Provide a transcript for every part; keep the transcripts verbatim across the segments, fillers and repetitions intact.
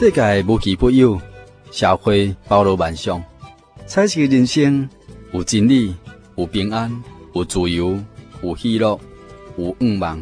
世界无奇不有，社会包罗万象。彩色人生有真理，有平安，有自由，有喜乐，有愿望。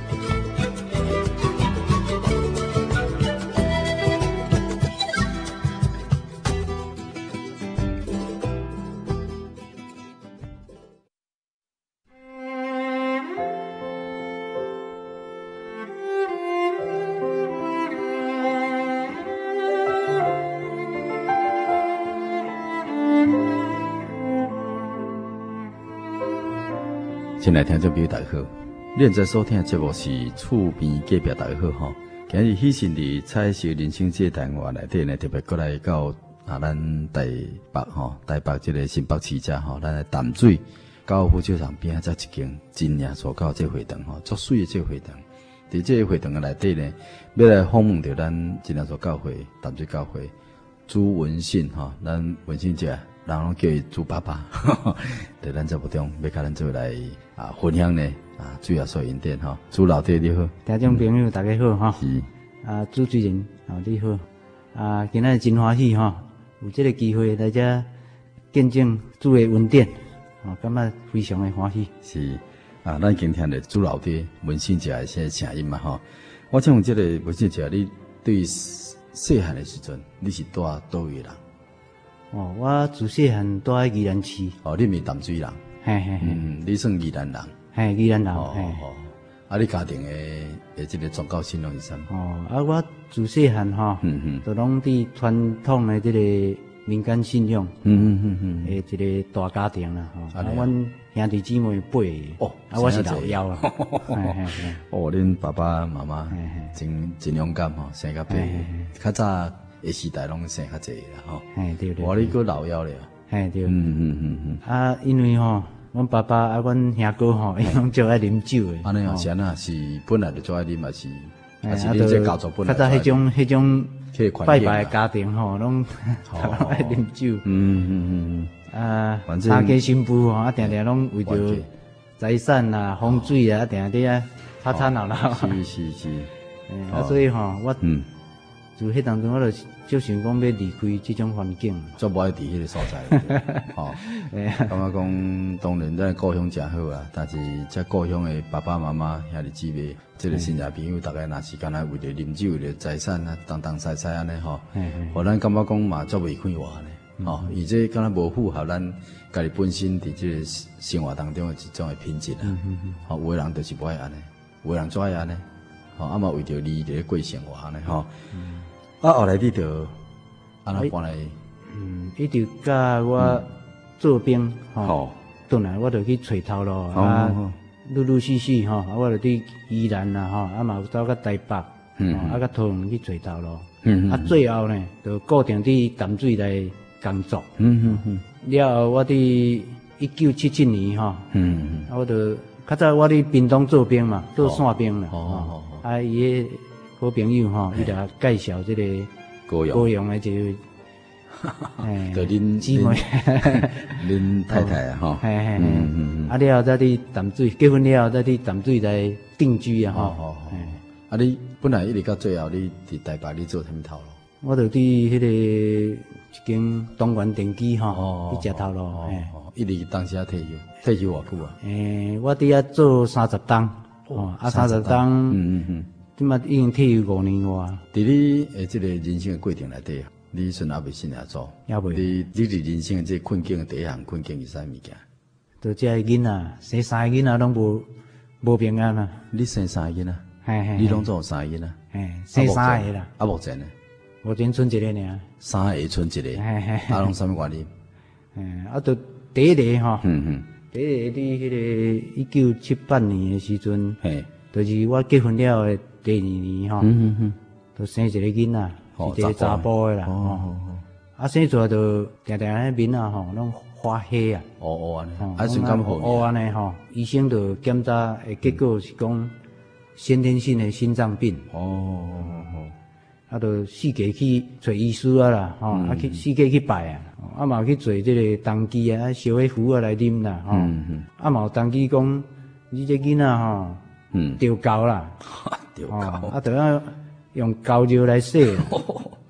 亲爱的听众朋友，大家好！你现在收听的节目是《厝边隔壁》，大家好吼。今日喜讯伫彩色人生这单元内底呢，特别过来到啊，咱台北吼，台北这个新北市遮吼，咱的淡水高尔夫球场边仔一间真耶所教这会堂吼，足水的这会堂。伫这个会堂的内底呢，要来访问到咱真耶所教会淡水教会朱文信吼，咱文信姐。人拢叫伊朱爸爸，在咱节目中要甲咱做来啊分享呢啊，主要所引电吼，朱老弟你好， 听众朋友、嗯、大家好哈， 是啊朱主任啊你好，啊今仔真欢喜哈，有这个机会来遮见证主的恩典，啊感觉非常的欢喜。 是啊，咱今天的朱老弟文信姐的些声音嘛吼，我想问这个文信姐，你对细汉的时阵，你是住倒位人？ 哦，我自细汉住喺宜兰市。 哦，你是淡水人。 嘿嘿嘿。 嗯，你算宜兰人。 嘿，宜兰人。 哦哦。啊，你家庭的的这个宗教信仰是啥？ 哦，啊，我自细汉吼，嗯嗯，都拢伫传统的这个民间信仰，嗯嗯嗯嗯，诶，一个大家庭啦，吼。啊，阮兄弟姊妹八个。哦。啊，我是老幺啊。嘿嘿嘿。 哦，恁爸爸妈妈真真勇敢吼，生较八个。较早。个时代拢生较济啦吼， 嘿对对， 我你个老幺了， 嘿对， 嗯嗯嗯嗯， 啊，因为吼，阮爸爸啊，阮兄哥吼，伊拢最爱饮酒诶。 安尼哦，是安那是本来就最爱啉，还是还是恁这家族本来？ 较早迄种迄种拜拜诶家庭吼，拢爱啉酒。 嗯嗯嗯嗯，啊，三家新妇吼，啊，定定拢为着财产啊、风水啊，定定啊吵吵闹闹。 是是是， 啊，所以吼，我嗯。就迄当中，我就就想讲要离开这种环境， 做无爱伫迄个所在，吼，感觉讲当然咱故乡真好啊，但是这故乡的爸爸妈妈、兄弟姊妹，这个亲戚朋友，大概若是干那为了啉酒、为了财产啊，东东西西安尼吼，互咱感觉讲嘛足袂快活呢，吼，而且敢若无符合咱家己本身伫这个生活当中的一种的品质啊，吼，有的人就是不爱安尼，有的人做爱安尼，吼，啊嘛为着利益伫咧过生活安尼吼。啊，后来你就安怎搬来？ 嗯，一直甲我做兵吼，转来我就去找头路啊，陆陆续续吼，啊，我就伫宜兰啦吼，啊嘛有走到台北，啊，甲桃园去找头路，啊，最后呢，就固定伫淡水来工作。嗯嗯嗯。了后我伫一九七七年吼，嗯嗯，啊，我就较早我伫屏东做兵嘛，做线兵啦，哦，啊，伊个。好朋友吼，伊来介绍这个高高雄的这个， 哎，对恁姊妹， 恁太太啊，吼， 嗯嗯嗯，啊了后再伫淡水结婚了后，再伫淡水来定居啊，吼， 啊你本来一直到最后，你伫台北你做啥物头路？ 我就伫迄个一间东元电机吼，去食头路， 哎，一直当时啊退休，退休偌久啊？ 诶，我伫遐做三十档，哦，啊三十档，嗯嗯嗯。即嘛已经退休五年外。 伫你诶，即个人生诶过程内底，你算还未信耶稣？ 也未。 你你伫人生诶这困境诶第一项困境是啥物件？ 就这个囡仔，生三个囡仔拢无无平安啊！ 你生三个囡仔？ 嘿嘿。 你拢总有三个囡仔？ 嘿，生三个啦。 啊，目前呢？ 目前剩一个尔。 三个剩一个。嘿嘿。啊，拢啥物原因？ 嗯，啊，就第一个吼。嗯嗯。第一个伫迄个一九七八年诶时阵，嘿，就是我结婚了诶。第二年吼，嗯嗯嗯，就生一个囡仔，是一个查甫的啦，吼，啊生出来就定定迄面啊吼，拢发黑啊， 哦哦安尼，啊算敢好， 哦安尼吼，医生就检查的结果是讲先天性的心脏病，哦哦哦，啊就四界去找医师啊啦，吼，啊去四界去拜啊，啊嘛去做这个登记啊，烧迄符啊来啉啦，吼，啊嘛有登记讲你这囡仔吼，嗯，丢高啦。 哦， 啊，就要用高油来洗，啊，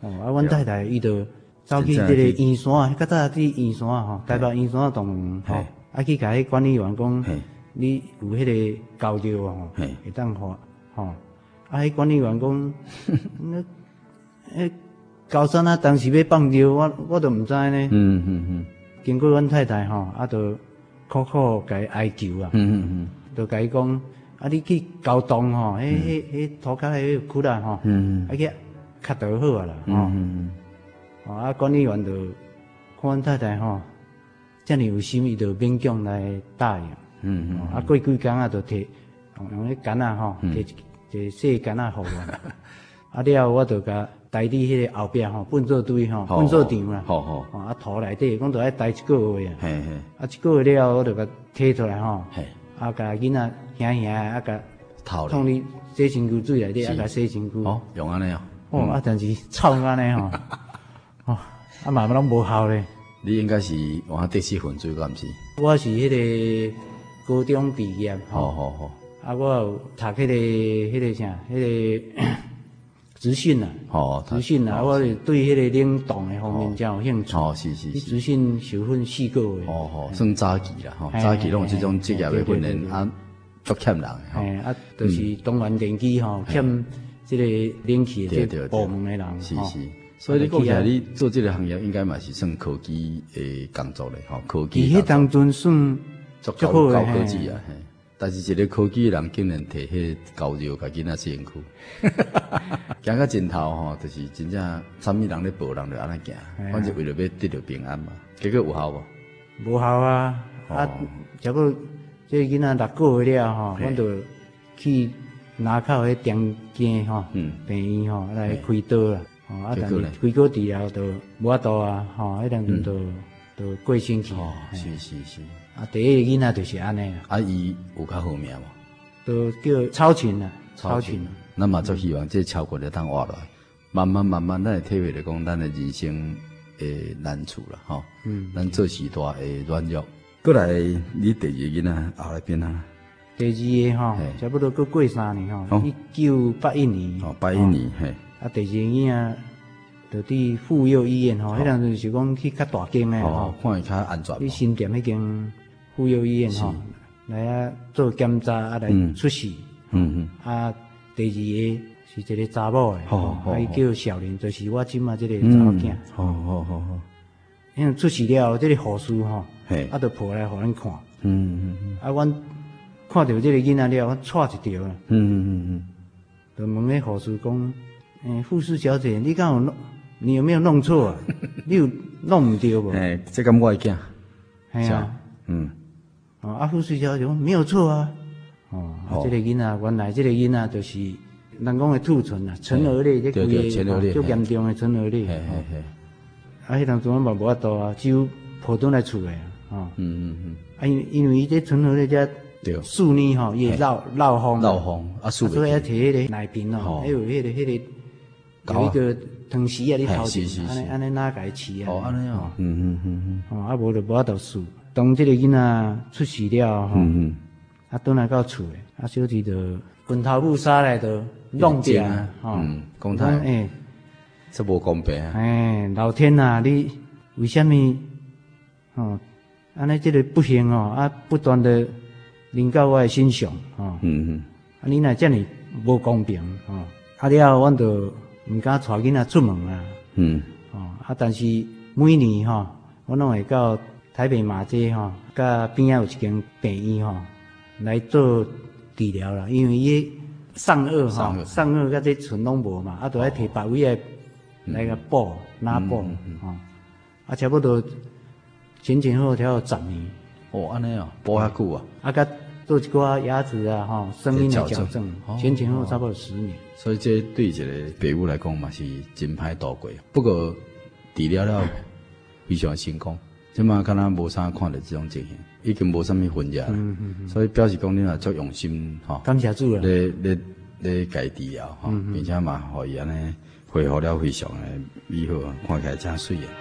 哦，啊，阮太太伊就走去这个圆山，较早去圆山吼，台北圆山动物园吼，啊去甲迄管理员讲，你有迄个交流吼，会当发吼，啊迄管理员讲，那迄高山啊，当时要放尿，我我都毋知呢。嗯嗯嗯。经过阮太太吼，啊，就苦苦甲伊哀求啊。嗯嗯嗯。就甲伊讲，啊，你去高洞吼，迄迄迄土骹迄窟啦吼，啊去磕倒好啊啦。嗯嗯嗯。哦，啊，管理员就看阮太太吼，遮尔有心，伊就勉强来答应。嗯嗯。啊，过几工啊，就摕用用迄杆仔吼，摕一细杆仔互我。啊了，我就甲台伫迄个后壁吼，粪扫堆吼，粪扫场啦。好好。啊，土内底，讲着爱待一个月啊。嘿嘿。啊，一个月了，我就甲摕出来吼。嘿。啊，甲囡仔兄兄啊，甲放伫洗身躯水内底，啊，甲洗身躯。 哦，用安尼哦。 哦，啊，但是臭安尼吼。哦，啊，嘛拢无效咧。 你应该是换得失分水，敢毋是？ 我是迄个高中毕业。 好好好。 啊，我有读迄个迄个啥，迄个。资讯啊，哦，资讯啊，我对迄个冷冻的方面真有兴趣。哦，是是是。资讯受训四个月。 哦哦，算早期啦，吼，早期拢有这种职业的训练，啊，足欠人的吼。 哎，啊，就是东源电机吼，欠这个冷气的这部门的人。 是是。所以你讲起来，你做这个行业应该嘛是算科技的工作嘞，吼，科技。 伊迄当中算足高高科技啊，嘿。但是一个科技的人竟然摕迄高热甲囡仔洗身躯，行到尽头吼，就是真正啥物人咧报人就安尼行，反正为了要得到平安嘛。结果有效无？ 无效啊！啊，结果这囡仔六个月了吼，阮就去南口迄中间吼，病院吼来开刀啦。哦，啊，但是开刀治疗都无法度啊，吼，迄当阵都都过身去。哦， 是是是。 啊，第一个囡仔就是安尼啊。 啊，伊有较好命无？都叫超群啊，超群。 咱嘛足希望这超群就当活落来，慢慢慢慢，咱会体会着讲咱的人生的难处啦，吼。嗯。咱做时代的软弱。过来，你第二个囡仔后来变啊？ 第二个吼，差不多过过三年吼，一九八一年。 哦，八一年嘿。 啊，第二个囡仔就伫妇幼医院吼，迄阵就是讲去较大间的吼， 看伊较安全。 去新店迄间。妇幼医院吼，来啊做检查啊来出事。嗯嗯。啊，第二个是一个查某的，啊伊叫小玲，就是我即马即个查某囝。好好好好。因为出事了，即个护士吼，啊，就抱来互咱看。嗯嗯嗯。啊，阮看到即个囡仔了，我踹一条啦。嗯嗯嗯嗯。就问迄护士讲，诶，护士小姐，你敢有弄？你有没有弄错啊？你有弄唔对无？ 诶，这敢我囝。 系啊。嗯。哦，啊，护士小姐讲没有错啊。哦，啊，这个囡仔原来这个囡仔就是人讲的兔唇啊，唇腭裂，这规个足严重的唇腭裂。嘿嘿嘿。啊，迄当阵我嘛无法度啊，只有抱转来厝的啊。哦。嗯嗯嗯。啊，因因为伊这唇腭裂这四年吼，伊会漏漏风。 漏风啊，所以要摕迄个奶瓶哦，还有迄个迄个有一个汤匙啊，你头前，安尼安尼哪甲伊饲啊？ 哦，安尼哦。嗯嗯嗯嗯。哦，啊无就无法度输。当这个囡仔出事了吼，啊，转来到厝诶，啊，小弟就滚头布衫来就弄掉啊，吼， 讲他诶，这无公平啊！ 诶，老天啊，你为什么吼？安尼这个不幸哦，啊，不断的临到我诶身上，吼，嗯嗯，啊，你若遮尔无公平，吼，啊了，阮就毋敢带囡仔出门啊，嗯，哦，啊，但是每年吼，我拢会到台北马街吼，甲边仔有一间病院吼，来做治疗啦。因为伊上颚吼，上颚甲这唇拢无嘛，啊，都要摕别位诶来个补拉补吼，啊，差不多前前后后有十年。 哦，安尼哦，补遐久啊。 啊，甲做一寡牙齿啊吼，声音的矫正，前前后后差不多十年。 所以这对一个病友来讲嘛是真歹度过，不过治疗了非常成功。即马敢若无啥看到这种情形，已经无啥物混淆了，所以表示讲你也足用心吼。 感谢主啦！ 咧咧咧家治疗吼，并且嘛，互伊安尼恢复了非常的美好，看起来真水啊！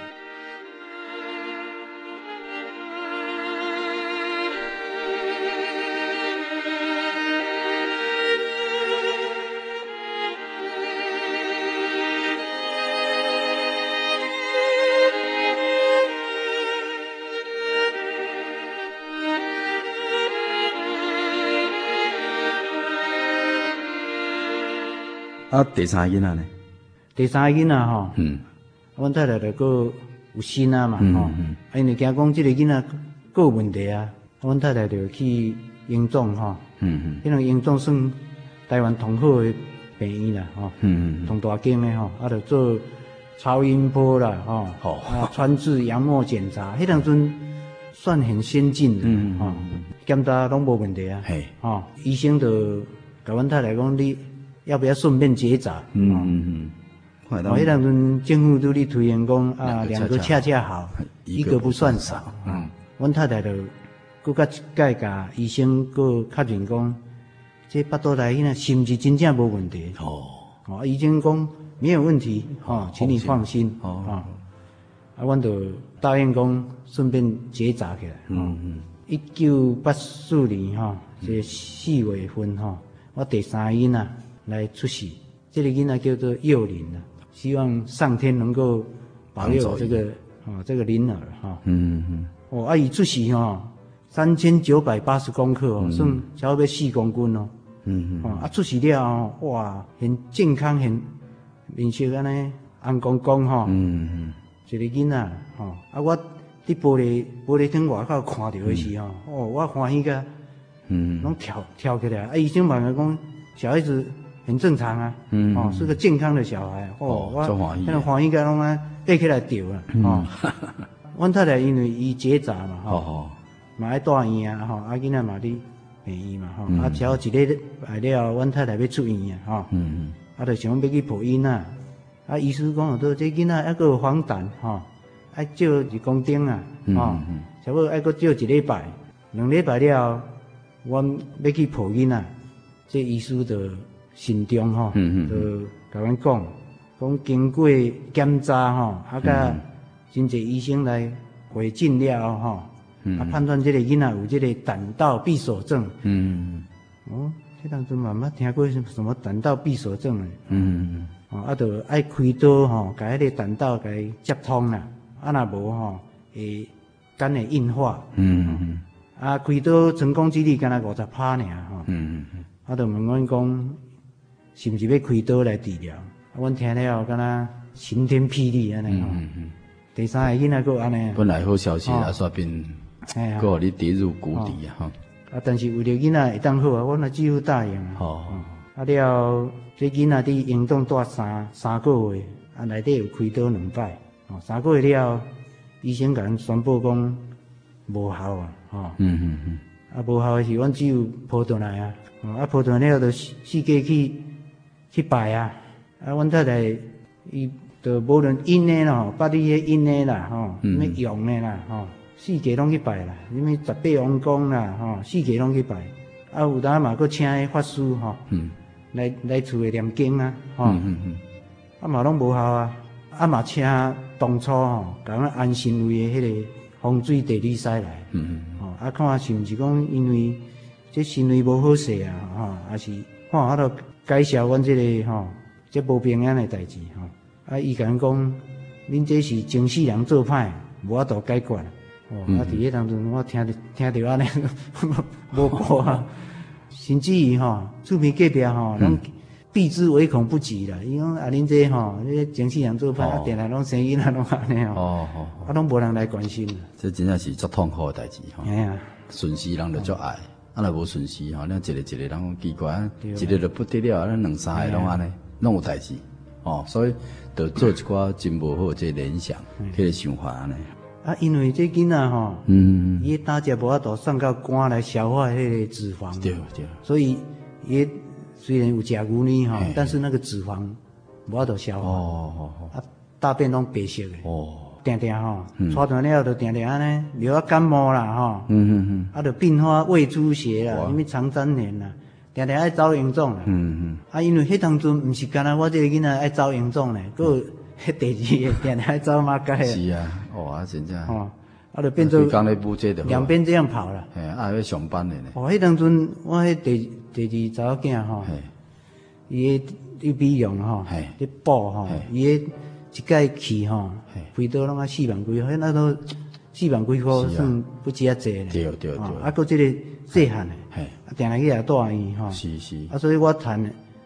啊，第三个囡仔呢？ 第三个囡仔吼， 嗯， 阮太太就个有心啊嘛， 嗯吼、 嗯， 啊，因为惊讲即个囡仔个有问题啊，阮太太就去荣总吼， 嗯嗯， 迄个荣总算台湾同好的病院啦，吼， 嗯嗯， 同大间的吼，啊，就做超音波啦，吼， 哦啊，穿刺羊膜检查，迄当阵算很先进的， 嗯嗯吼，检查拢无问题啊， 嘿， 吼，医生就甲阮太太讲，你要不要顺便结扎？ 嗯嗯嗯。 哦，迄当阵政府都咧推荐讲啊， 两两个恰恰好，一个不算少。嗯，阮太太就佮甲一届甲医生佮确认讲，这腹肚内迄个是毋是真正无问题？ 哦， 哦，医生讲没有问题，哦，请你放心。 哦， 啊，啊，阮就答应讲顺便结扎起来。 嗯嗯。 一九八四年吼，这四月份吼，我第三个囡仔来出世，这个囡仔叫做幼林啊。希望上天能够保佑我这个啊、哦、这个灵儿哈、哦。 嗯嗯。 哦，啊，伊出世哦，三千九百八十公克哦，嗯、算差不多四公斤哦。嗯嗯。哦，啊，出世了哦，哇，很健康，很面色安尼红光光哈。嗯嗯。一个囡仔吼，啊，我伫玻璃玻璃窗外口看到的时候，嗯、哦，我欢喜个，嗯，拢跳跳起来。啊，医生问我讲，小孩子。很正常啊，嗯、哦，是个健康的小孩，哦，我那个欢喜个拢啊爬起来跳了，哦，阮太太因为伊结扎嘛，吼、哦，嘛爱住院啊，吼，啊囡仔嘛伫病院嘛，吼、嗯，啊，只要一个来了，阮太太要出院啊，吼、哦，嗯嗯，啊，就想要去抱婴啊，啊，医师讲说这囡仔还佫有黄疸，吼、哦，爱照一公斤啊，哦，嗯、差不多爱佫照一礼拜，两礼拜了，阮要去抱囡仔，这医师就。心中吼，嗯嗯就甲阮讲，讲經過檢查吼，啊甲真濟醫生來會診了吼，嗯、啊判斷這個囡仔有這個膽道閉鎖症。嗯哦，這當中嘛捌聽過什麼膽道閉鎖症誒。嗯哦，啊就愛開刀吼，甲迄個膽道甲伊接通啦，啊若無吼會肝會硬化。嗯嗯啊開刀成功幾率敢若五十趴爾吼。嗯嗯啊就問阮講。是毋是要開刀來治療？阮聽了敢若晴天霹靂安尼吼。第三個囡仔佫安尼。 本來好消息啊，煞變，佫互你跌入谷底啊！吼。 啊，但是為了囡仔會當好啊，阮也幾乎答應啊。哦。啊了，這囡仔佇營棟住三三個月，啊內底有開刀兩擺，哦，三個月了，醫生甲阮宣布講無效啊，吼。嗯嗯嗯。啊，無效誒是阮只有抱轉來啊，啊抱轉了就四界去。去拜啊！啊，阮太太伊就無論陰的咯，捌你迄陰的啦，吼，咩陽的啦，吼，四界攏去拜啦，什麼十八王公啦，吼，四界攏去拜。啊，有當嘛佫請迄法師吼，來來厝誒念經啊，吼，啊嘛攏無效啊，啊嘛請當初吼，甲阮安心位誒迄個風水地理師來，吼，啊看是毋是講因為這心胃無好勢啊，吼，還是看啊都。介紹阮即個吼，即無平安誒代志吼，啊，伊甲阮講，恁這是前世人做歹，無法度解決。哦，啊，佇迄當陣我聽着聽着安尼，無過啊，甚至於吼，厝邊隔壁吼，攏避之唯恐不及啦。伊講啊，恁這吼，你前世人做歹，啊，定來攏生囡仔攏安尼吼，哦哦，啊，攏無人來關心。 這真正是足痛苦誒代志吼。哎呀，順時人就足愛。啊，若無順時吼，咱一個一個人講奇怪，一個就不得了，咱兩三個攏安尼，攏有代志，哦，所以就做一寡真無好即聯想，迄個想法安尼。啊，因為這囡仔吼，嗯，伊膽汁無法度送到肝來消化迄個脂肪，對對，所以伊雖然有食牛奶吼，但是那個脂肪無法度消化，哦哦哦，啊，大便攏白色的，哦。定定吼，拖斷了就定定安尼，了感冒啦吼，嗯嗯嗯，啊就併發胃出血啦，因為腸粘連啦，定定愛走營總啦，嗯嗯，啊因為迄當陣毋是干那我這個囡仔愛走營總咧，佫迄第二個定定愛走馬街。是啊，哇，真正，吼，啊就變做兩邊這樣跑啦，嘿，啊要上班的呢。哦，迄當陣我迄第第二查某囝吼，伊迄美容吼，迄補吼，伊迄。一屆去吼，開刀攏啊四萬幾，迄那都四萬幾塊算不止啊濟咧。對對對。啊，佫即個細漢誒，啊定來去也住院吼。是是。啊，所以我趁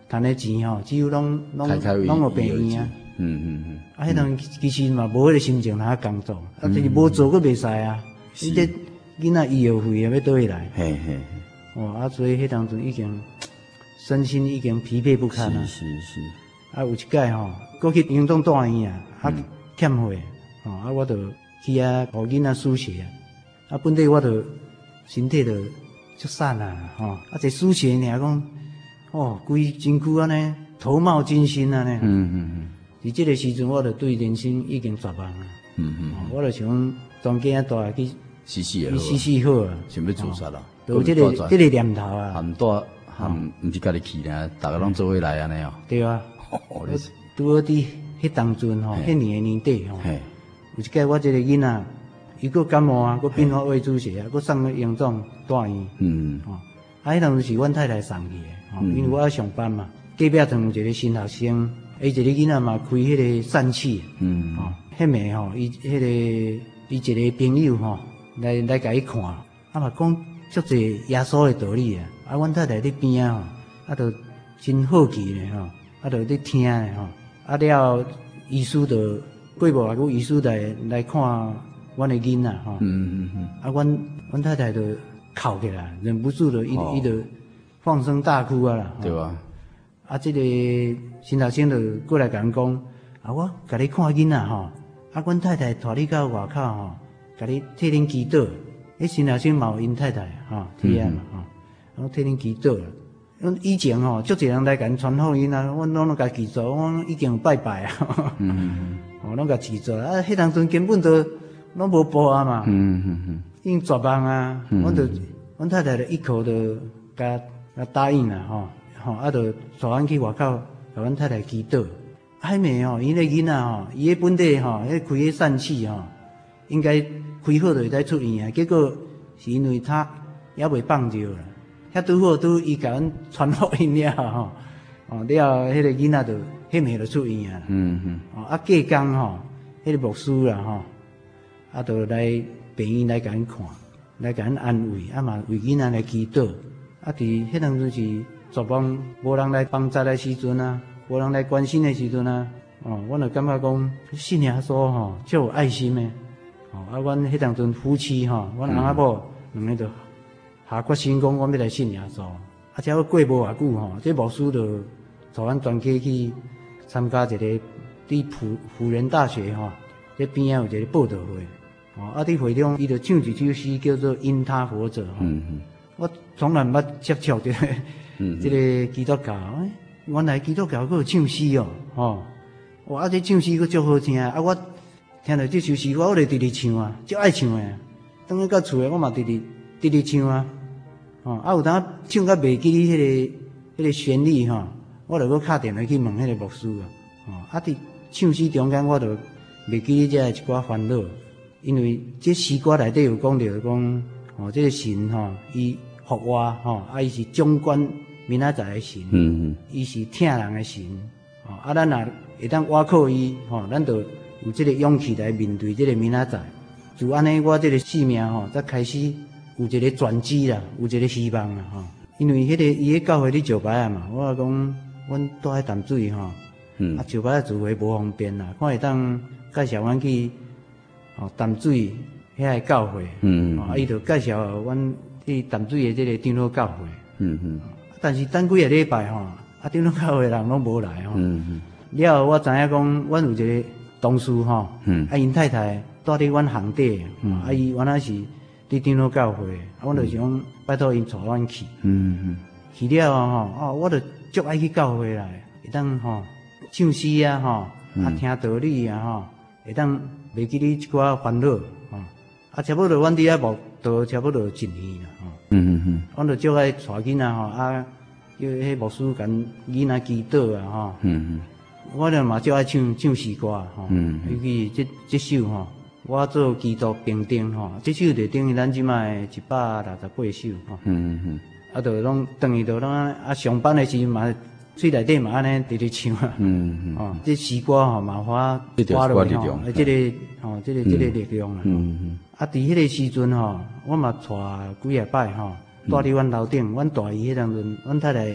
赚的钱吼，只有拢拢拢有病院啊。 嗯嗯嗯。 啊，迄当其实嘛无迄个心情来工作，啊，就是无做佫袂使啊。你这囡仔医药费也要倒回来。 嘿嘿。 哦，啊，所以迄当阵已经身心已经疲惫不堪啊。 是是是。 啊，有一届吼，过去营中大院啊，啊欠货，吼，啊，我就去啊，互囡仔输血啊，啊，本地我就身体就足瘦啊，吼，啊，一输血尔讲，哦，规身躯安尼头冒金星啊呢。嗯嗯嗯。伫这个时阵，我就对人生已经绝望啊。嗯嗯。我就想庄家大去死死好， 死死好啊， 想要自杀啦。 有这个这个念头啊。 含大含，毋是家己去呢，大家拢做伙来安尼哦。 对啊。拄好伫迄当阵吼，迄年年底吼，有一届我这个囡仔，伊佫感冒啊，佫并发胃出血啊，佫送去营长大院。嗯。吼，啊，迄当阵是阮太太送去的，吼，因为我要上班嘛。隔壁庄有一个新学生，伊一个囡仔嘛开迄个疝气。嗯。吼，迄暝吼，伊迄个伊一个朋友吼，来来甲伊看，啊嘛讲足侪耶稣的道理啊，啊，阮太太伫边啊吼，啊，就真好奇咧吼。啊，就伫听咧吼，啊了，医师就过无啊，个医师来来看阮的囡仔吼。嗯嗯嗯。啊，阮阮太太就哭起来，忍不住就伊伊就放声大哭啊啦。 对啊。 啊，这个新学生就过来甲阮讲，啊，我甲你看囡仔吼，啊，阮太太带你到外口吼，甲你替恁祈祷。迄新学生嘛有因太太吼，体验嘛吼，然后替恁祈祷。阮以前吼，足侪人来甲阮传福音啊，阮拢拢甲记住，阮已经有拜拜啊。嗯嗯。哦，拢甲记住啊，迄当阵根本就拢无报啊嘛。嗯嗯嗯。已经绝望啊，阮就阮太太就一口就甲甲答应啦吼，吼啊就带阮去外口，甲阮太太祈祷。还没吼，伊个囡仔吼，伊个本地吼，迄开迄疝气吼，应该开好就会使出院啊，结果是因为他还未放尿啦。遐拄好拄伊甲阮传福音了吼，哦了，迄个囡仔就迄暝就出院啊。嗯嗯。哦啊，隔工吼，迄个牧师啦吼，啊就来病院来甲阮看，来甲阮安慰，啊嘛为囡仔来祈祷。啊，伫迄当阵是绝望，无人来帮助的时阵啊，无人来关心的时阵啊，哦，阮就感觉讲信耶稣吼，足有爱心的。哦啊，阮迄当阵夫妻吼，阮翁仔某两个就下决心讲，阮要来信耶稣。啊，只要过无偌久吼，这牧师就带阮全家去参加一个伫辅辅仁大学吼，这边啊有一个报道会。哦，啊，伫会中伊就唱一首诗叫做《因他活着》吼。嗯嗯。我从来毋捌接触这个，这个基督教。原来基督教佫有唱诗哦，吼！哇，啊，这唱诗佫足好听啊！我听到这首诗，我我就直直唱啊，足爱唱诶。等去到厝诶，我嘛直直直直唱啊。哦，啊，有当唱到袂记哩迄个迄个旋律吼，我就佫敲电话去问迄个牧师啊。哦，啊，伫唱诗中间，我就袂记哩这一寡烦恼，因为这诗歌内底有讲到讲，哦，这个神吼，伊福我吼，啊，伊是掌管明仔载的神，嗯嗯，伊是疼人的神，吼，啊，咱若会当倚靠伊，吼，咱就有这个勇气来面对这个明仔载。就安尼，我这个生命吼，才开始有一个转机啦，有一个希望啦，吼。因为迄个伊迄教会伫石牌啊嘛，我讲，阮住喺淡水吼，嗯，啊，石牌啊住会无方便啦，看会当介绍阮去，吼，淡水遐个教会，嗯，啊，伊就介绍阮去淡水的这个长老教会。嗯嗯，但是等几个礼拜吼，啊，长老教会人拢无来吼。嗯嗯。了后我知影讲，阮有一个同事吼，嗯，啊，因太太住伫阮行底，嗯，啊，伊原来是伫长老教会，啊，阮就想拜托因带阮去。嗯嗯。去了吼，哦，我就足爱去教会啦，会当吼唱诗啊吼，啊听道理啊吼，会当袂记哩一寡烦恼吼，啊，差不多阮伫遐牧道差不多一年啦吼。嗯嗯嗯，阮就足爱带囡仔吼，啊，叫迄牧师甲囡仔祈祷啊吼。嗯嗯，我咧嘛足爱唱唱诗歌吼。嗯嗯，尤其这这首吼，我做基督平定吼，这首就等于咱即卖一百六十八首吼。嗯嗯嗯，啊，就拢等于就拢啊上班的时嘛，嘴内底嘛安尼直直唱啊。嗯嗯，哦，这诗歌吼嘛花花落去吼，这个吼，这个这个力量啦。嗯嗯。啊，伫迄个时阵吼，我嘛带几下摆吼，住伫阮楼顶，阮大姨迄当阵，阮太太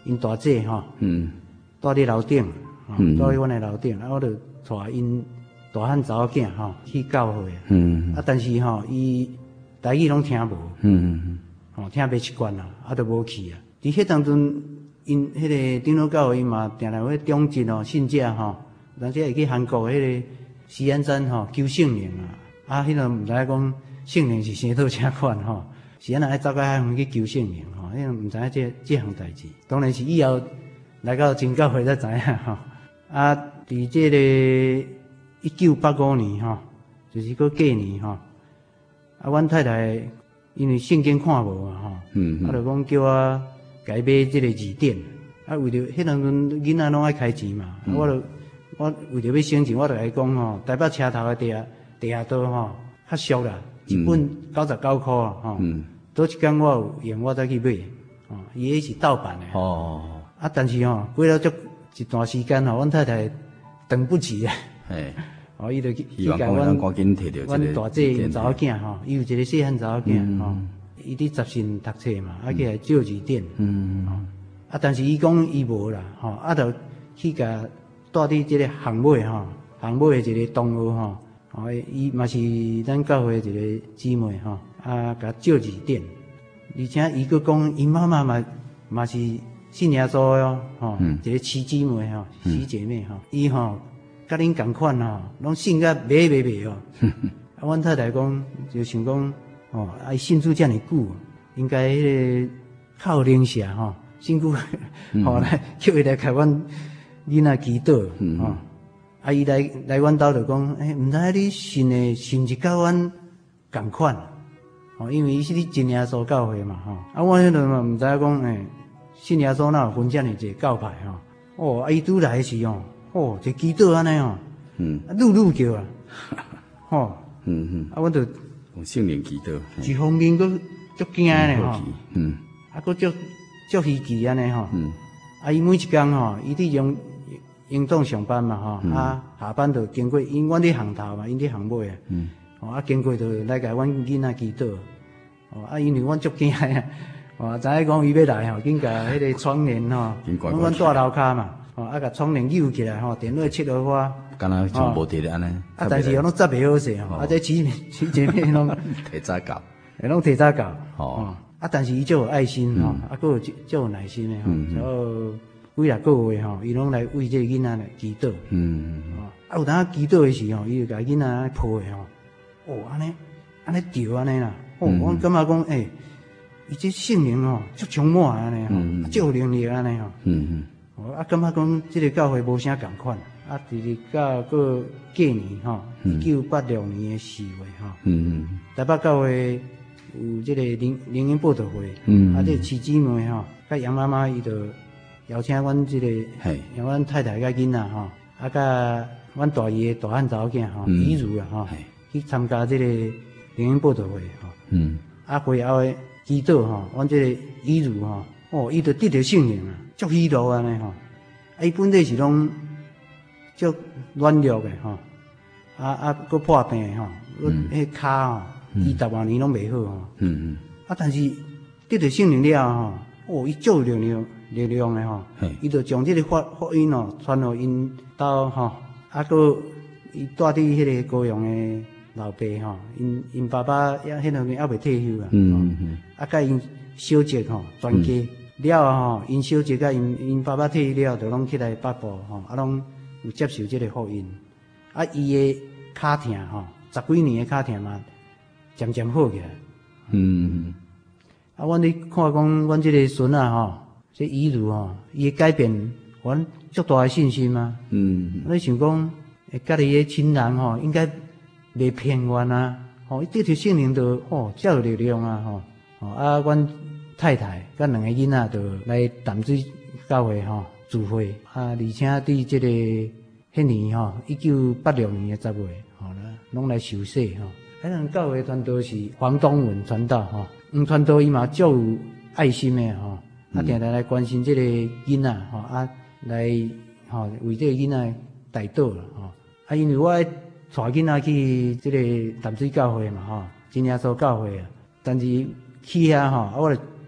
因大姐吼，嗯，住伫楼顶，嗯，住伫阮的楼顶，啊，我就带因大汉查某囝吼去教会，嗯，啊，但是吼伊台语拢听无，嗯嗯，吼听袂习惯啦，啊，就无去啊。伫迄当阵，因迄个长老教会嘛，定定会中进哦，信者吼，当时会去韩国迄个西安山吼求圣灵啊，啊，迄个毋知影讲圣灵是生倒啥款吼，是安那爱走到海远去求圣灵吼，迄个毋知影这这项代志。当然是以后来到真教会才知影吼。啊，伫这个一九八五年吼，就是个过年吼，啊，阮太太因为圣经看无啊吼，嗯，啊，就讲叫我甲伊买这个字典，啊，为着迄当阵囡仔拢爱开钱嘛，嗯、啊，我就我为着要省钱，我就来讲吼，台北车头的地下地下道吼较俗啦，一本九十九块啊，吼，嗯，倒一天我有闲我再去买，哦，伊迄是盗版的，哦，啊，但是吼过了足一段时间吼，阮太太等不及啊，嘿，哦，伊就去去甲阮阮大姐因查某囝吼，伊有一个细汉查某囝吼。伊伫杂信读册嘛，啊，去来借字典，嗯，啊，但是伊讲伊无啦，吼，啊，就去甲带伫即个巷尾吼，巷尾的一个同学吼，吼，伊嘛是咱教会一个姊妹吼，啊，甲借字典，而且伊佫讲，伊妈妈嘛嘛是信耶稣的哦，吼，一个七姊妹吼，七姐妹吼，伊吼甲恁共款吼，拢信甲迷迷迷哦，啊，阮太太讲就想讲。哦，啊，伊信主遮尔久，应该迄个较有灵性吼，信久，吼来叫伊来甲阮囡仔祈祷，吼，啊，伊来来阮兜就讲，诶，毋知你信的是毋是甲阮共款？吼，因为伊是咧真耶稣教会嘛，吼，啊，我迄阵嘛毋知影讲，诶，信耶稣哪有分遮尔济教派吼？哦，啊，伊拄来时哦，哦，就祈祷安尼哦，嗯，啊，噜噜叫啊，吼，嗯嗯，啊，阮就。 用圣灵祈祷， 一方面佫足惊咧吼，嗯，啊佫足足稀奇安尼吼，嗯，啊伊每一工吼，伊伫用营帐上班嘛吼，啊下班就经过，因阮伫巷头嘛，因伫巷尾啊，嗯，哦啊经过就来甲阮囡仔祈祷，哦啊因为阮足惊啊，哦知影讲伊要来吼，紧甲迄个窗帘吼，阮住楼骹嘛，哦啊甲窗帘扭起来吼，电话七号花。 敢若像无伫咧安尼， 啊，但是拢执袂好势吼，啊，这姊姊姐妹拢提早教， 诶，拢提早教，哦，啊，但是伊足有爱心吼，啊，佫有足有耐心诶吼，然后几啊个月吼，伊拢来为这囡仔来祈祷，嗯，啊，有当祈祷诶时候，伊就甲囡仔抱诶吼，哦，安尼安尼调安尼啦，哦，我感觉讲，诶，伊这圣灵吼足充满安尼吼，足有能力安尼吼，嗯嗯，哦，啊，感觉讲这个教会无啥共款。啊，直直到过过年吼，一九八六年的四月吼，嗯嗯，台北教会有这个灵灵恩报道会，嗯，啊，这七姊妹吼，甲杨妈妈伊就邀请阮这个，邀阮太太甲囡仔吼，啊，甲阮大姨的大汉查某囝吼，伊如啊吼，去参加这个灵恩报道会吼，嗯，啊，会后的祈祷吼，阮这个伊如吼，哦，伊就得到圣灵啊，足喜乐安尼吼，啊，伊本地是拢。足软弱的吼，啊啊，佫破病吼，迄骹吼，伊十多年拢袂好吼。嗯嗯。啊，但是得到圣灵了吼，哦，伊足有力量力量的吼，伊就将这个福福音哦传互因兜吼，啊，佫伊带伫迄个高雄的老爸吼，因因爸爸也迄两年还袂退休啊。嗯嗯。啊，甲因小姐吼全家了吼，因小姐甲因因爸爸退休了，就拢起来北部吼，啊拢。有接受这个福音，啊，伊的骹疼吼，十几年的骹疼嘛，渐渐好起来。嗯，啊，阮咧看讲，阮这个孙啊吼，这伊如吼，伊的改变，阮足大的信心嘛。嗯，我咧想讲，家己的亲人吼，应该袂偏远啊，吼，伊得着圣灵就哦，才有力量啊，吼，哦，啊，阮太太甲两个囡仔就来淡水教会吼。聚会啊，而且伫这个迄年吼，一九八六年的十月，吼啦，拢来受洗吼。迄咱教会传道是黄东文传道吼，黄传道伊嘛足有爱心的吼，啊，定定来关心这个囡仔吼，啊，来吼为这个囡仔代祷啦吼。啊，因为我带囡仔去这个淡水教会嘛吼，真耶稣教会啊，但是去遐吼，啊，我就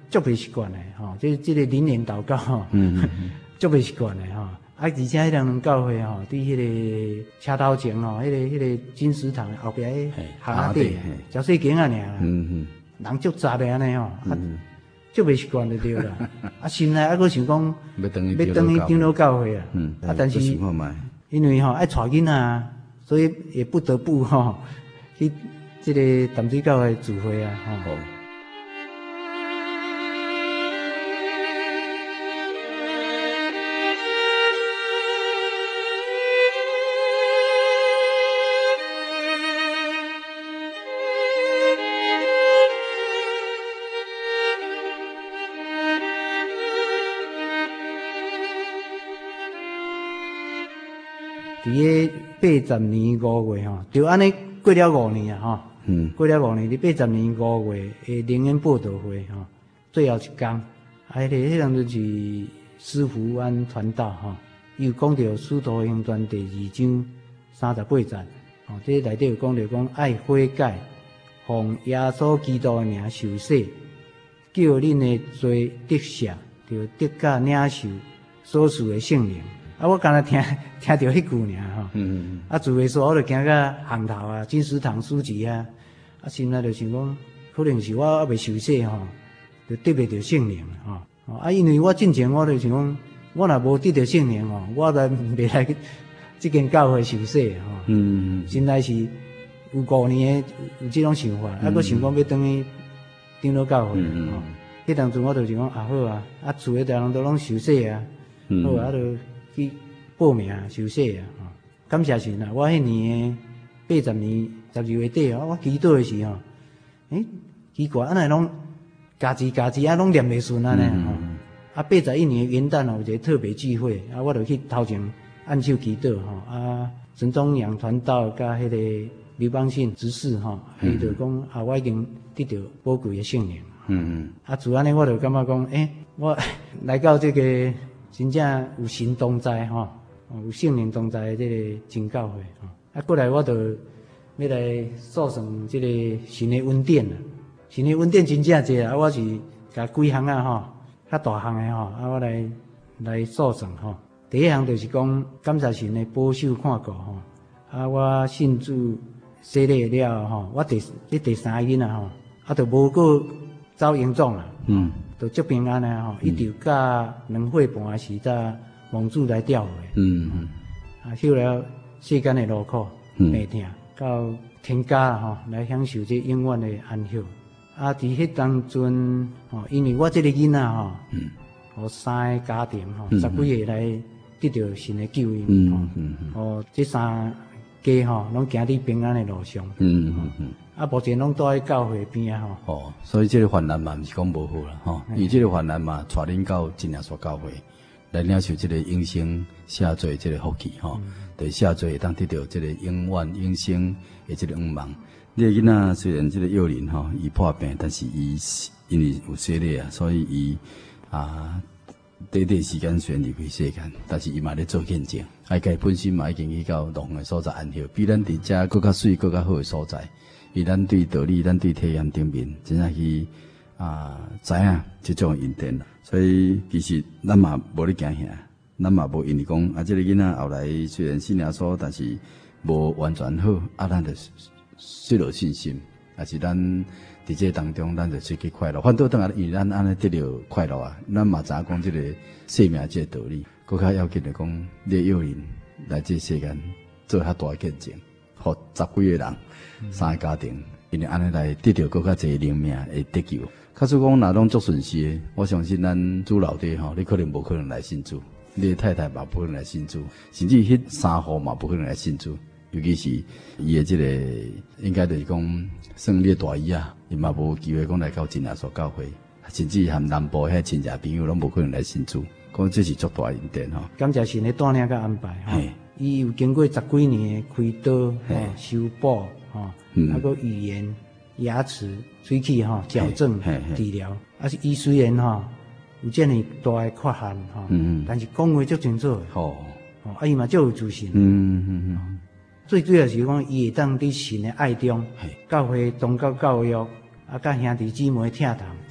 足袂习惯的吼，即即个灵言祷告吼， 嗯嗯， 足袂习惯的吼。啊，而且迄两人教会吼，伫迄个车头前吼，迄个迄个金石堂后壁迄巷仔底，小细间啊尔， 嗯嗯， 人足杂的安尼吼，啊，足袂习惯就对啦。啊，心内啊，佫想讲要等于要等于长老教会啊， 嗯， 啊，但是因为吼爱带囡仔，所以也不得不吼去即个淡水教会聚会啊，吼。伫个八十年五月吼，就安尼过了五年啊吼，嗯，过了五年，伫八十年五月诶灵恩报道会吼，最后一天，啊，迄个迄人就是师傅安传道吼，伊有讲到《使徒行传》第二章三十八节，吼，这内底有讲到讲爱悔改，奉耶稣基督诶名受洗，叫恁诶罪得赦，就得甲领受所赐诶圣灵。啊，我刚才听听到迄句尔吼，嗯嗯啊，自会说我就行到巷头啊，金石堂书籍啊，啊，心内就想讲，可能是我还未受洗吼，就得袂到圣灵吼，啊，因为我进前我就想讲，我若无得到圣灵吼，我来袂来即间教会受洗吼，嗯嗯，心内是有五年有即种想法，啊，佫想讲要等于长老教会吼，迄当阵我就想讲啊好啊，啊，厝诶大人都拢受洗啊，好啊，啊就。去报名受洗啊！吼，感谢神啊！我迄年八十年十二月底啊，我祈祷的时候，诶，奇怪，安尼拢家己家己啊，拢念袂顺安尼吼。啊，八十一年元旦有一个特别聚会，啊，我就去头前按手祈祷吼。啊，陈宗阳传道甲迄个刘邦信执事吼，伊就讲啊，我已经得到宝贵的圣灵。嗯嗯。啊，自安尼我就感觉讲，诶，我来到这个。真正有神同在吼，有圣灵同在的这个真教会吼。啊，过来我就要来诉算这个神的恩典啦。神的恩典真正济啊，我是甲几项啊吼，较大项的吼，啊我来来诉算吼。第一项就是讲感谢神的保守看顾吼。啊，我信主洗礼了吼，我第这第三个囡仔吼，啊就无过走严重啦。嗯。都足平安的吼，一直到两岁半时，才蒙主来调回。嗯嗯。啊，受了世间的劳苦、病痛，到天家吼来享受这永远的安息。啊，伫迄当阵吼，因为我这个囡仔吼，嗯，和三个家庭吼，十几个来得到神的救恩。嗯嗯嗯。哦，这三家吼，拢行伫平安的路上。嗯嗯嗯。啊，目前拢住喺教会边啊吼。哦， 所以这个患难嘛，毋是讲无好啦吼，因为这个患难嘛，带恁到真耶稣教会来领受这个永生赦罪这个福气吼，对赦罪会当得到这个永远永生的这个愿望。这个囡仔虽然这个幼龄吼，伊破病，但是伊因为有洗礼啊，所以伊啊，短短时间虽然离开世间，但是伊嘛咧做见证，啊，家本身嘛已经去到龙的所在安息，比咱伫遮更较水、更较好的所在。伊咱对道理，咱对体验顶面，真正去啊知影即种恩典啦。所以其实咱嘛无咧惊吓，咱嘛无因为讲啊，即个囡仔后来虽然信耶稣，但是无完全好，啊，咱就失落信心，啊是咱伫这当中，咱就失去快乐。反倒当然，因为咱安尼得到快乐啊，咱嘛知影讲即个生命即个道理，更较要紧的讲，你幼人来这世间做较大见证。互十几个人，三个家庭，因为安尼来得到更较侪灵命的得救。假使讲哪拢足顺势的，我相信咱主老弟吼，你可能无可能来信主，你的太太嘛不可能来信主，甚至迄三户嘛不可能来信主。尤其是伊的这个，应该就是讲算你的大姨啊，伊嘛无机会讲来到真耶稣教会，甚至含南部遐亲戚朋友拢无可能来信主。讲这是足大恩典吼。 感谢神的带领甲安排吼。伊有经过十几年的开刀、吼修补、吼，啊个语言、牙齿、喙齿吼矫正治疗，啊是伊虽然吼有这么大的缺陷吼，嗯嗯，但是讲话足清楚的，吼，哦，啊伊嘛足有自信，嗯嗯嗯，最主要是讲伊会当伫神的爱中，教会宗教教育，啊甲兄弟姊妹听谈， 对，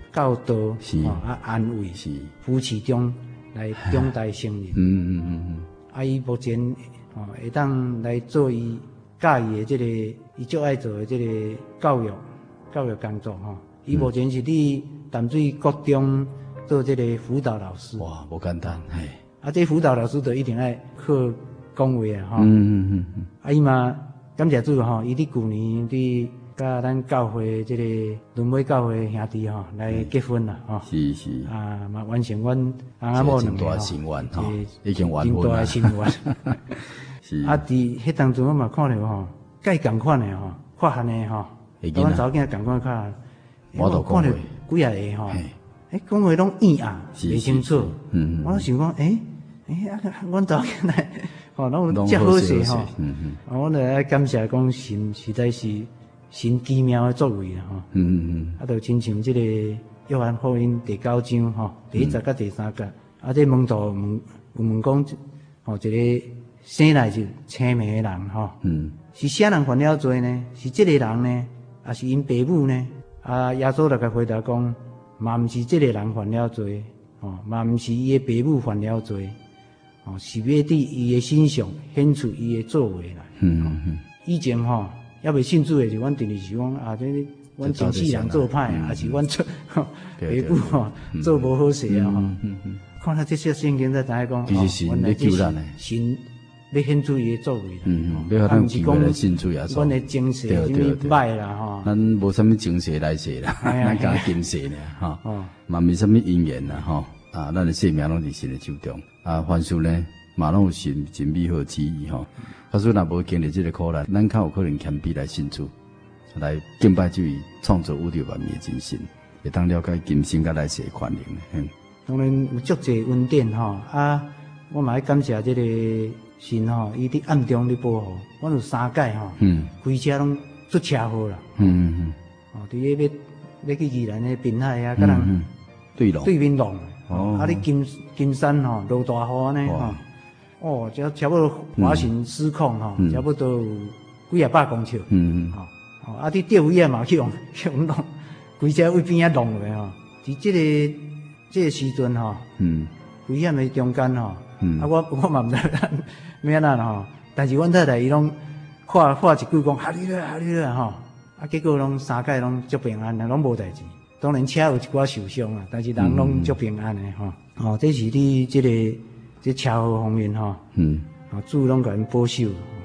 教导是哦啊安慰是扶持中来中待成人。 嗯嗯嗯嗯。 啊，伊目前哦会当来做伊教伊的这个伊最爱做的这个教育教育工作吼。伊、嗯、目前是伫淡水国中做这个辅导老师。 哇，无简单嘿。 啊，这辅导老师就一定爱靠讲话啊，吼。 嗯嗯嗯嗯。 啊，伊嘛感谢主吼，伊伫旧年伫甲咱教会这个轮尾教会兄弟吼来结婚啦，吼。 是是。 啊，嘛完成阮翁仔某两个吼。 真大心愿吼，已经完婚真大心愿。 是。 啊，伫迄当中我嘛看到吼，介共款的吼，看汉的吼，甲阮查某囝共款看。 我都看到几啊个吼。诶，讲话拢硬啊，袂清楚。嗯嗯。我想讲，诶诶，啊，阮查某囝来，吼，拢遮好势吼。嗯嗯。啊，我来感谢讲神，实在是神奇妙的作为啦，吼。嗯嗯嗯。啊，就亲像即个约翰福音第九章吼，第一节甲第三节，啊，这门徒问有问讲，吼，一个生来就青面的人吼，嗯，是啥人犯了罪呢？是即个人呢，还是因父母呢？啊，耶稣就甲回答讲。嘛毋是这个人犯了罪，哦，嘛毋是伊的父母犯了罪，哦，是要伫伊的身上显出伊的作为来。嗯嗯嗯。以前吼，还未信主的时候，阮定是讲啊，这阮前世人做歹啊，还是阮做父母吼做无好事啊吼。嗯嗯。看到这些圣经才知影讲， 其实神要救咱的， 神要显出伊的作为啦。 嗯嗯。要互咱机会来信主耶稣。 阮的精神什么歹啦吼。 咱无啥物情势来势啦，咱讲今世呢吼。哦。嘛没啥物因缘啦吼，啊，咱的生命拢伫神的手中。啊，凡事呢嘛拢有神真美好旨意吼。假使若无经历这个苦难，咱较有可能谦卑来信主，来敬拜这位创造宇宙万物的真神，会当了解今生甲来世的权能。嗯。 当然有足侪恩典吼，啊，我嘛要感谢这个神吼，伊伫暗中伫保护。我有三届吼，嗯，开车拢出车祸啦。嗯嗯嗯。哦，伫迄要要去宜兰的滨海啊，甲人对浪对面浪。哦。啊，伫金金山吼落大雨安尼吼，哦，这差不多滑行失控吼，差不多有几啊百公尺。嗯嗯。吼，哦，啊，伫钓鱼啊嘛去用去用浪，开车位边啊浪落来吼，伫这个这个时阵吼，嗯，危险的中间吼，嗯，啊，我我嘛毋知咩啊啦吼，但是阮太太伊拢喊喊一句讲哈利路亚哈利路亚吼，啊，结果拢三界拢足平安，拢无代志。当然车有一寡受伤啊，但是人拢足平安的吼。哦，这是伫这个这车祸方面吼，嗯，啊，主拢甲因保守。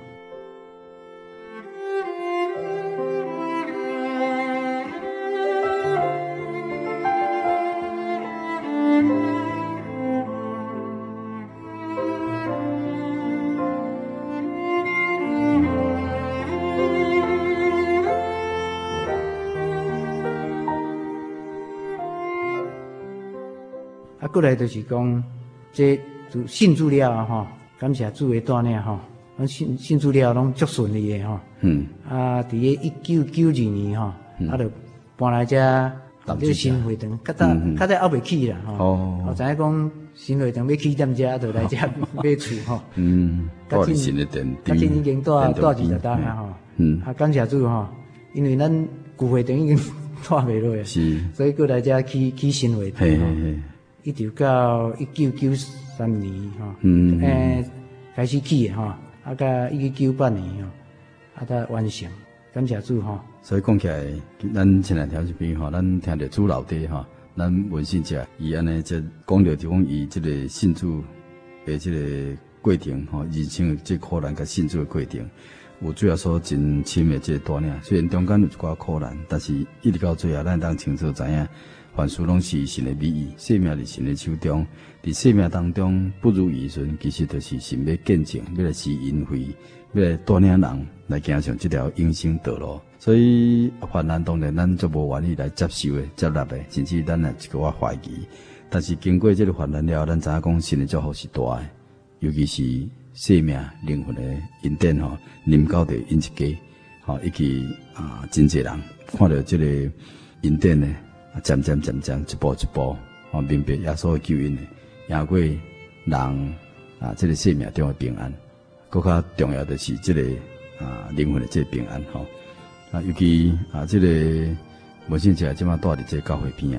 啊，过来就是讲，这就信主了啊吼，感谢主的带领吼，啊信信主了拢足顺利的吼。嗯。啊，伫个一九九二年吼，啊，就搬来遮，这个新会堂，较早较早还未起啦吼。哦。我知影讲新会堂要起踮遮，就来遮买厝吼。嗯。 住伫新的店， 较近已经住住二十单啊吼。嗯。啊，感谢主吼，因为咱旧会堂已经住袂落啊，是，所以过来遮起起新会堂吼。一直到一九九三年吼，嗯，诶，开始起的吼，啊，到一九九八年吼，啊，才完成，感谢主吼。 所以讲起来，咱前两条这边吼，咱听着主老弟吼，咱文信者伊安尼即讲着就讲伊即个信主的即个过程吼，人生的即苦难甲信主的过程，有最后所真深的即个带领。虽然中间有一寡苦难，但是一直到最后，咱当清楚知影。凡事拢是神的美意，生命伫神的手中。伫生命当中不如意时，其实就是神要见证，要来施恩惠，要来带领人来行上这条永生道路。所以患难当然咱就无愿意来接受的、接纳的，甚至咱也一个怀疑。但是经过这个患难了，咱知影讲神的祝福是大的，尤其是生命灵魂的恩典吼，临到着因一家，吼，以及啊真侪人看到这个恩典呢。渐渐渐渐，一步一步，哦，明白耶稣的救恩的，赢过人啊，这个生命中的平安，更较重要的是这个啊灵魂的这个平安，吼啊，尤其啊这个无信者即马住伫这教会边啊，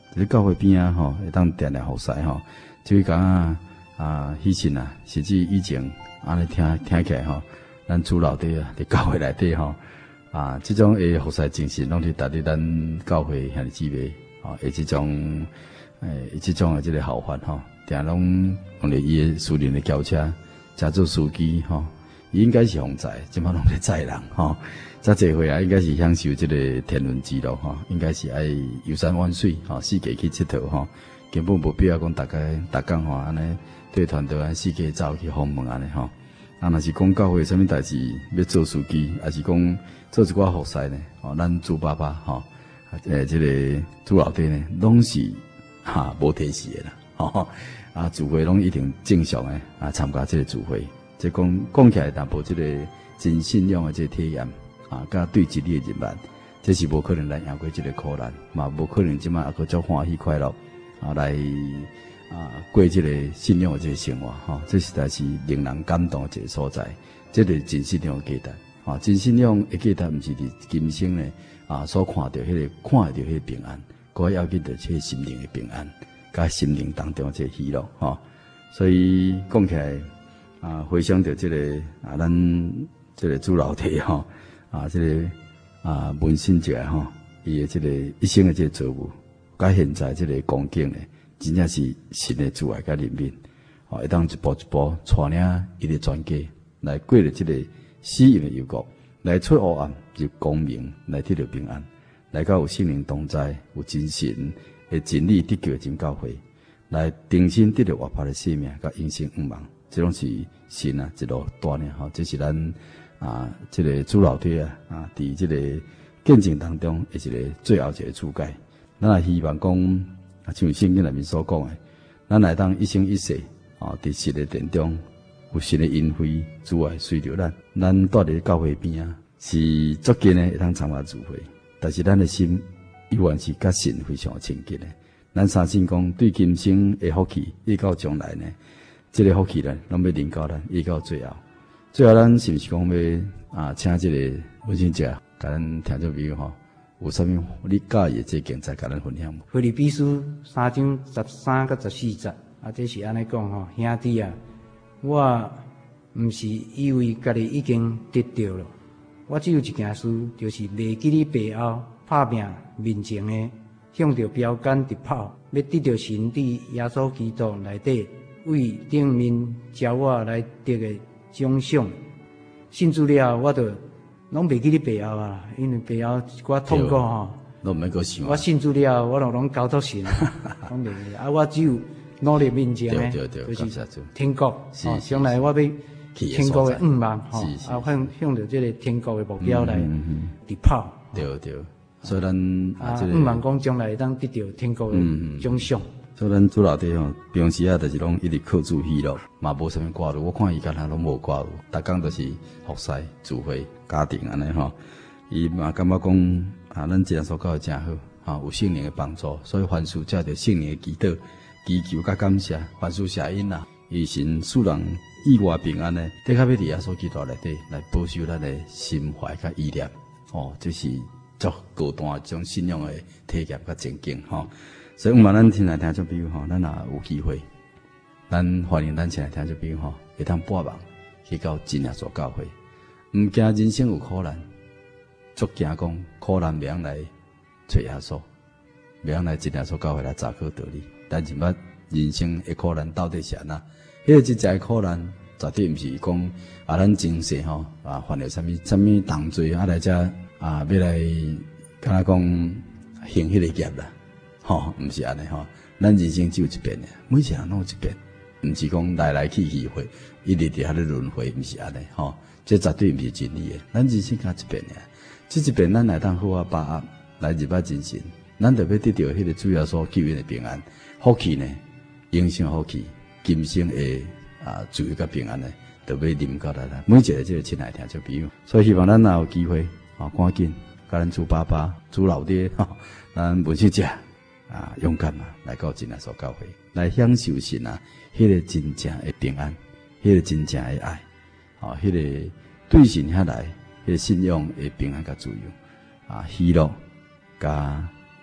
就是教会边啊吼，会当定定服侍吼，即位讲啊啊牺牲啊，甚至以前安尼听听起来吼，咱主老弟啊，伫教会内底吼啊，即种诶服侍精神，拢是达伫咱教会兄弟姊妹吼，诶，即种诶，即种诶即个好法吼，定拢用咧伊诶私人诶轿车，加做司机吼，伊应该是洪载，即摆拢咧载人吼。再这回啊，应该是享受这个天伦之乐吼，应该是爱游山玩水吼，世界去佚佗吼，根本无必要讲大家逐工吼安尼对团队安世界走去访问安尼吼。啊，若是讲教会啥物代志要做司机，还是讲做一寡服侍呢？吼，咱朱爸爸吼，诶，这个朱老弟呢，拢是哈无提示的啦，吼啊，聚会拢一定正常诶啊，参加这个聚会，即讲讲起来淡薄这个真信仰的这个体验。啊，甲对一你的人脉，这是无可能来赢过这个苦难，嘛无可能即摆还佫足欢喜快乐啊来啊过这个信仰的这个生活吼，这实在是令人感动的一个所在。这个真信仰的价值啊，真信仰的价值，毋是伫今生呢啊所看到迄、那个看到迄个平安，佫要紧着这个心灵的平安，甲心灵当中这个喜乐吼。所以讲起来啊，回想着这个啊，咱这个朱老弟吼。啊，这个啊，文信者吼，伊的这个一生的这个作物，甲现在这个光景呢，真正是神的主爱甲怜悯，哦，会当一步一步带领伊的全家来过了这个死荫的幽谷，来出黑暗入光明，来得到平安，来到有圣灵同在，有真神的真理得救真教会，来重新得到活泼的生命，甲永生无望，这拢是神啊一路带领吼，这是咱。啊，这个朱老弟啊，啊，伫这个见证当中，是一个最后一个注解。咱也希望讲，啊，像圣经内面所讲的，咱来当一生一世，啊，伫神的殿中，有神的恩惠，主爱随着咱，咱住伫教会边啊，是足近的，会当参加聚会。但是咱的心，永远是甲神非常亲近的。咱相信讲，对今生的福气，一到将来呢，这个福气呢，拢要临到咱，一到最后。最后，咱是毋是讲要啊，请这个文信姐，甲咱听众朋友吼，有啥物你介意这经再甲咱分享无？ 腓立比书三章十三到十四节，啊，这是安尼讲吼，兄弟啊，我毋是以为家己已经得到了，我只有一件事，就是袂记你背后拍拼面前的，向着标杆直跑，要得到神伫耶稣基督内底为顶面招我来得的。奖赏，信主了，我就拢袂记你背后啊，因为背后一寡痛苦吼， 拢毋免阁想。 我信主了，我就拢交托神，拢袂记。啊，我只有努力面前呢，就是天国，哦，将来我要天国的愿望，吼，啊，向向着这个天国的目标来直跑。 对对，所以咱啊，愿望讲将来当得到天国的奖赏。 所以咱朱老弟吼，平时啊，就是拢一直靠主喜乐，嘛无啥物挂路。我看伊干那拢无挂路，逐工都是服侍、聚会、家庭安尼吼。伊嘛感觉讲啊，咱这样所教的真好，哈，有圣灵的帮助，所以凡事借着圣灵的祈祷、祈求甲感谢，凡事谢因啦，以神使人意外平安呢，得较要伫耶稣基督内底来保守咱的心怀甲意念。哦，这是足高端一种信仰的体验甲情景吼。所以，毋茫咱听来听众朋友吼，咱也有机会，咱欢迎咱前来听众朋友吼，会当拨网去到真耶稣教会。毋惊人生有苦难，足惊讲苦难袂晓来找耶稣，袂晓来真耶稣教会来查考道理。但是捌人生的苦难到底是安那？迄个真正的苦难，绝对毋是讲啊，咱前世吼啊犯了啥物啥物重罪啊来遮啊要来，敢若讲行迄个业啦。吼，毋是安尼吼，咱人生只有一遍诶，每一个人拢有一遍，毋是讲来来去去回，一直伫遐咧轮回，毋是安尼吼，这绝对毋是真理诶。咱人生甲一遍诶，即一遍咱来当好啊把握来入捌真神，咱就要得到迄个主要所救恩诶平安，福气呢，永生福气，今生诶啊自由甲平安呢，就要临到咱啦。每一个即个亲爱听众朋友，所以希望咱若有机会啊，赶紧甲咱朱爸爸、朱老爹吼，咱文信姐。啊，勇敢嘛，来到真耶稣教会，来享受神啊，迄、那个真正的平安，迄、那个真正的爱，啊，迄、那个对神遐来，迄、那个信仰的平安甲自由，啊，喜乐，甲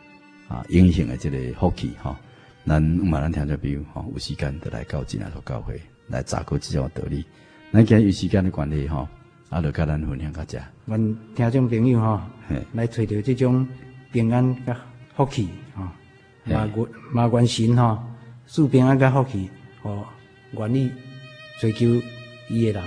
啊永恒的这个福气吼。咱嘛，咱听众朋友吼，有时间就来到真耶稣教会来查考这种道理。咱今日有时间的关系吼，啊，就甲咱分享到这。 阮听众朋友吼，来找到这种平安甲福气吼，嘛愿嘛愿神吼，赐平安甲福气，吼，愿意追求伊的人。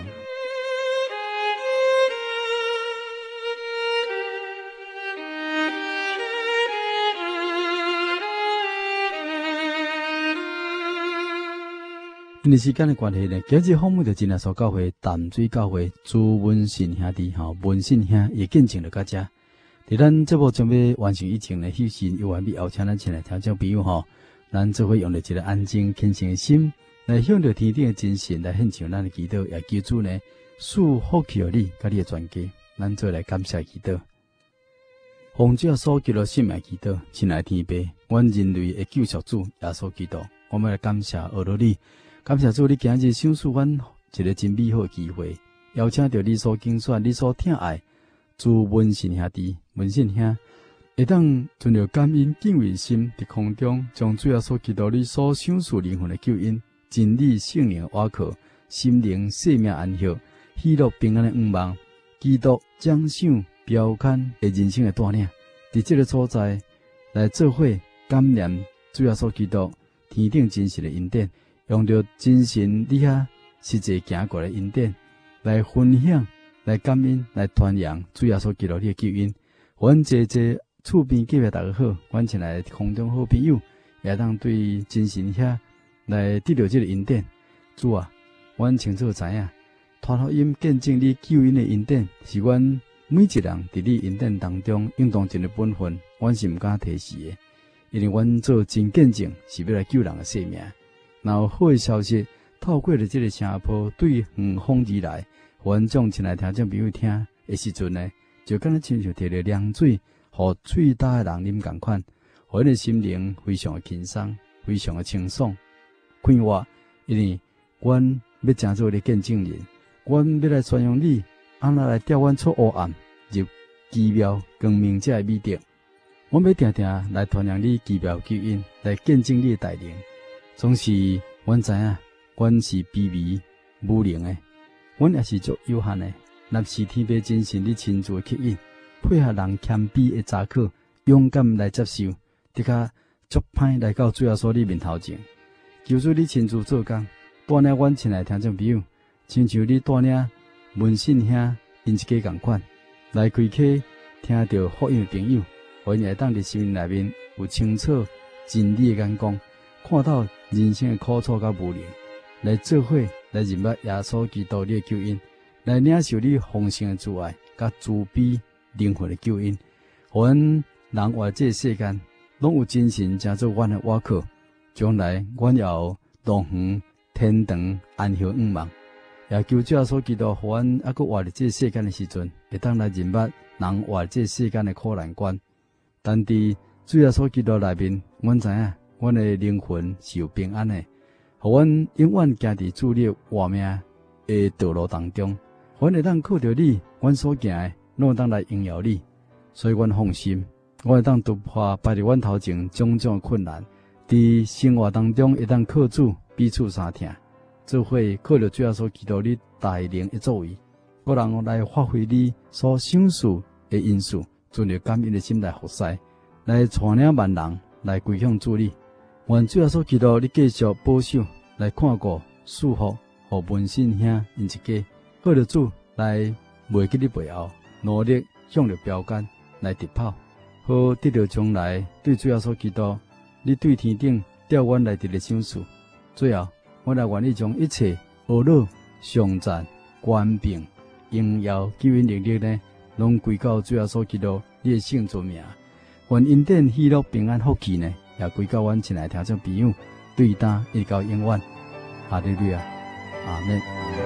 因为时间的关系呢，今日访问着真耶稣教会淡水教会朱文信兄弟吼，文信兄也见证了到这。伫咱节目准备完成以前呢，休息又完毕后，请咱前来听众朋友吼，咱做伙用着一个安静虔诚的心，来向着天顶的真神来献上咱的祈祷，也求主呢赐福气予你，甲你的全家，咱做来感谢祈祷。奉主所求的心来祈祷，亲爱天父，阮人类的救赎主耶稣基督，我们来感谢阿罗你。感谢主，你今日赏赐阮一个真美好的机会，邀请到你所拣选、你所疼爱诸文信兄弟、文信兄，会当存着感恩敬畏心，伫空中将主耶稣基督你所赏赐灵魂的救恩、真理圣灵的瓦靠、心灵生命安息、喜乐平安的愿望，基督奖赏标杆的人生的带领，伫这个所在来做伙感念主耶稣基督天顶真实的恩典。用着真神你遐实际行过的恩典来分享、来感恩、来传扬主耶稣基督的救恩。阮这这厝边隔壁大家好，阮前来空中好朋友也当对真神遐来得到这个恩典。主啊，阮清楚知影，传福音见证你救恩的恩典，是阮每一人伫你恩典当中应当尽的本分，阮是毋敢提示的，因为阮做真见证是要来救人的性命。然后好的消息透过了这个声波对远方而来，阮将前来听众朋友听的时阵呢，就敢若亲像摕着凉水，互嘴焦的人啉共款，阮的心灵非常的轻松，非常的清爽快活。因为阮要成做你见证人，阮要来宣扬你，安那来调阮出黑暗，入奇妙光明者的美德。阮要定定来传扬你奇妙救恩，来见证你的带领。总是阮知影，阮是卑微无能的，阮也是足有限的。若是天父真神你亲自的吸引，配合人谦卑的查考，勇敢来接受，的确足歹来到主耶稣你面头前。求主你亲自做工，带领阮亲爱听众朋友，亲像你带领文信兄因一家共款，来开启听到福音的朋友，阮会当伫生命内面有清楚真理的眼光，看到人生的苦楚甲无能，来做伙来认捌耶稣基督你的救恩，来领受你丰盛的慈爱甲慈悲灵魂的救恩。阮人活这个世间，拢有真神成做阮的瓦靠，将来阮也有永远天堂安息愿望。也求主耶稣基督，互阮还阁活伫这个世间的时阵，会当来认捌人活这个世间的苦难关。但伫主耶稣基督内面，阮知影。阮的灵魂是有平安的，互阮永远行伫主你活命的道路当中，阮会当靠着你，阮所行的，拢会当来荣耀你。所以阮放心，我会当突破摆伫阮头前种种的困难，伫生活当中会当靠主彼此相听，做伙靠着主耶稣基督你带领的作为，个人来发挥你所赏赐的因素，存着感恩的心来服侍，来带领万人来归向主你。愿主耶稣基督你继续保守，来看顾祝福，互文信兄因一家，靠着主来袂记你背后，努力向着标杆来直跑，好得到将来对主耶稣基督你对天顶调阮来得的赏赐。最后，我来愿意将一切恶乐、颂赞、冠冕、荣耀、救恩力量呢，拢归到主耶稣基督你的圣尊名。愿恩典、喜乐、平安、福气呢，也归到阮亲爱听众朋友对担一直到永远。哈利路亚，阿门。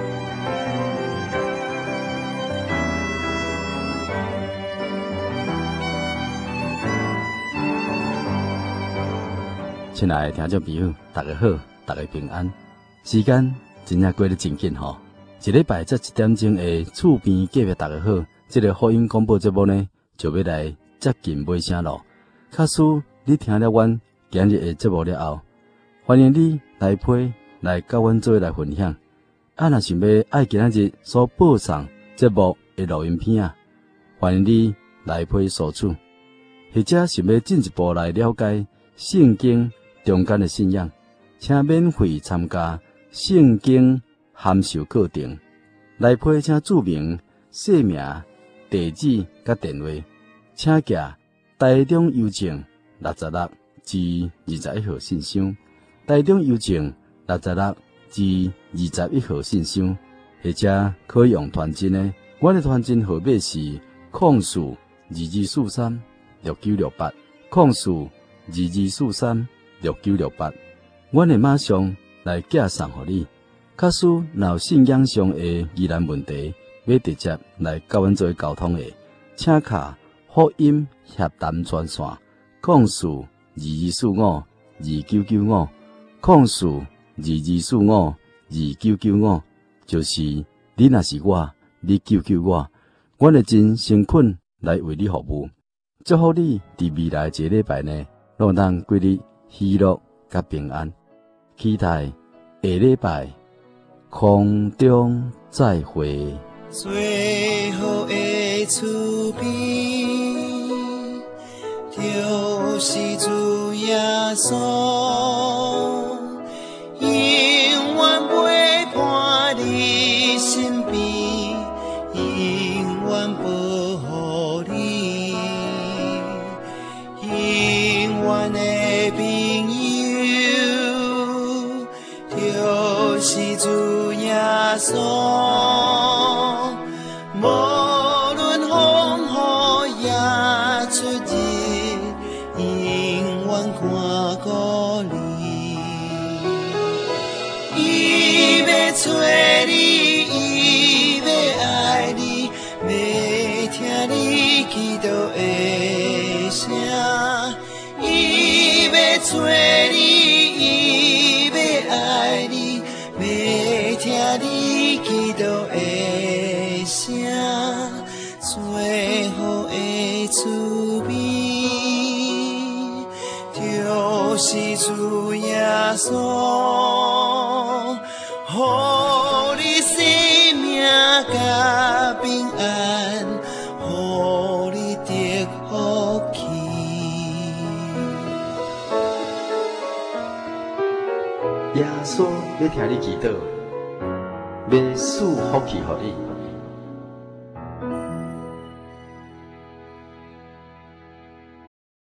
亲爱的听众朋友，大家好，大家平安。时间真正过得真紧吼，一礼拜才一点钟的厝边隔壁大家好，这个福音广播节目呢，就要来接近尾声咯。假使你听了阮今日的节目了后，欢迎你来批来甲阮做来分享。啊，若想要爱今仔日所播送节目的录音片啊，欢迎你来批索取，或者想要进一步来了解圣经中间的信仰，请免费参加圣经函授课程。来批请注明姓名、地址甲电话，请寄台中邮政六十六至二十一号信箱，台中邮政六十六至二十一号信箱，或者可以用传真的，我的传真号码是空四二二四三六九六八，空四二二四三六九六八，我会马上来寄送给你。假使若有信仰上的疑难问题，要直接来甲阮做沟通的，请卡福音协谈专线，空四二二四五二九九五，空四二二四五二九九五，就是你若是我，你救救我，我会真诚恳来为你服务。祝福你伫未来一个礼拜呢，拢当过日喜乐甲平安。期待下礼拜空中再会。 最后的厝边，就是主耶稣，永远陪伴你身边，永远保护你，永远的朋友，就是主耶稣。无论风雨也出日，永远看顾你。伊要找你，伊要爱你，要听你祈祷的声。伊要找你，伊要爱你，要听你祈祷的声。最好的厝边，就是主耶稣，予你生命甲平安，予你得福气。 耶稣要听你祈祷，要赐福气予你。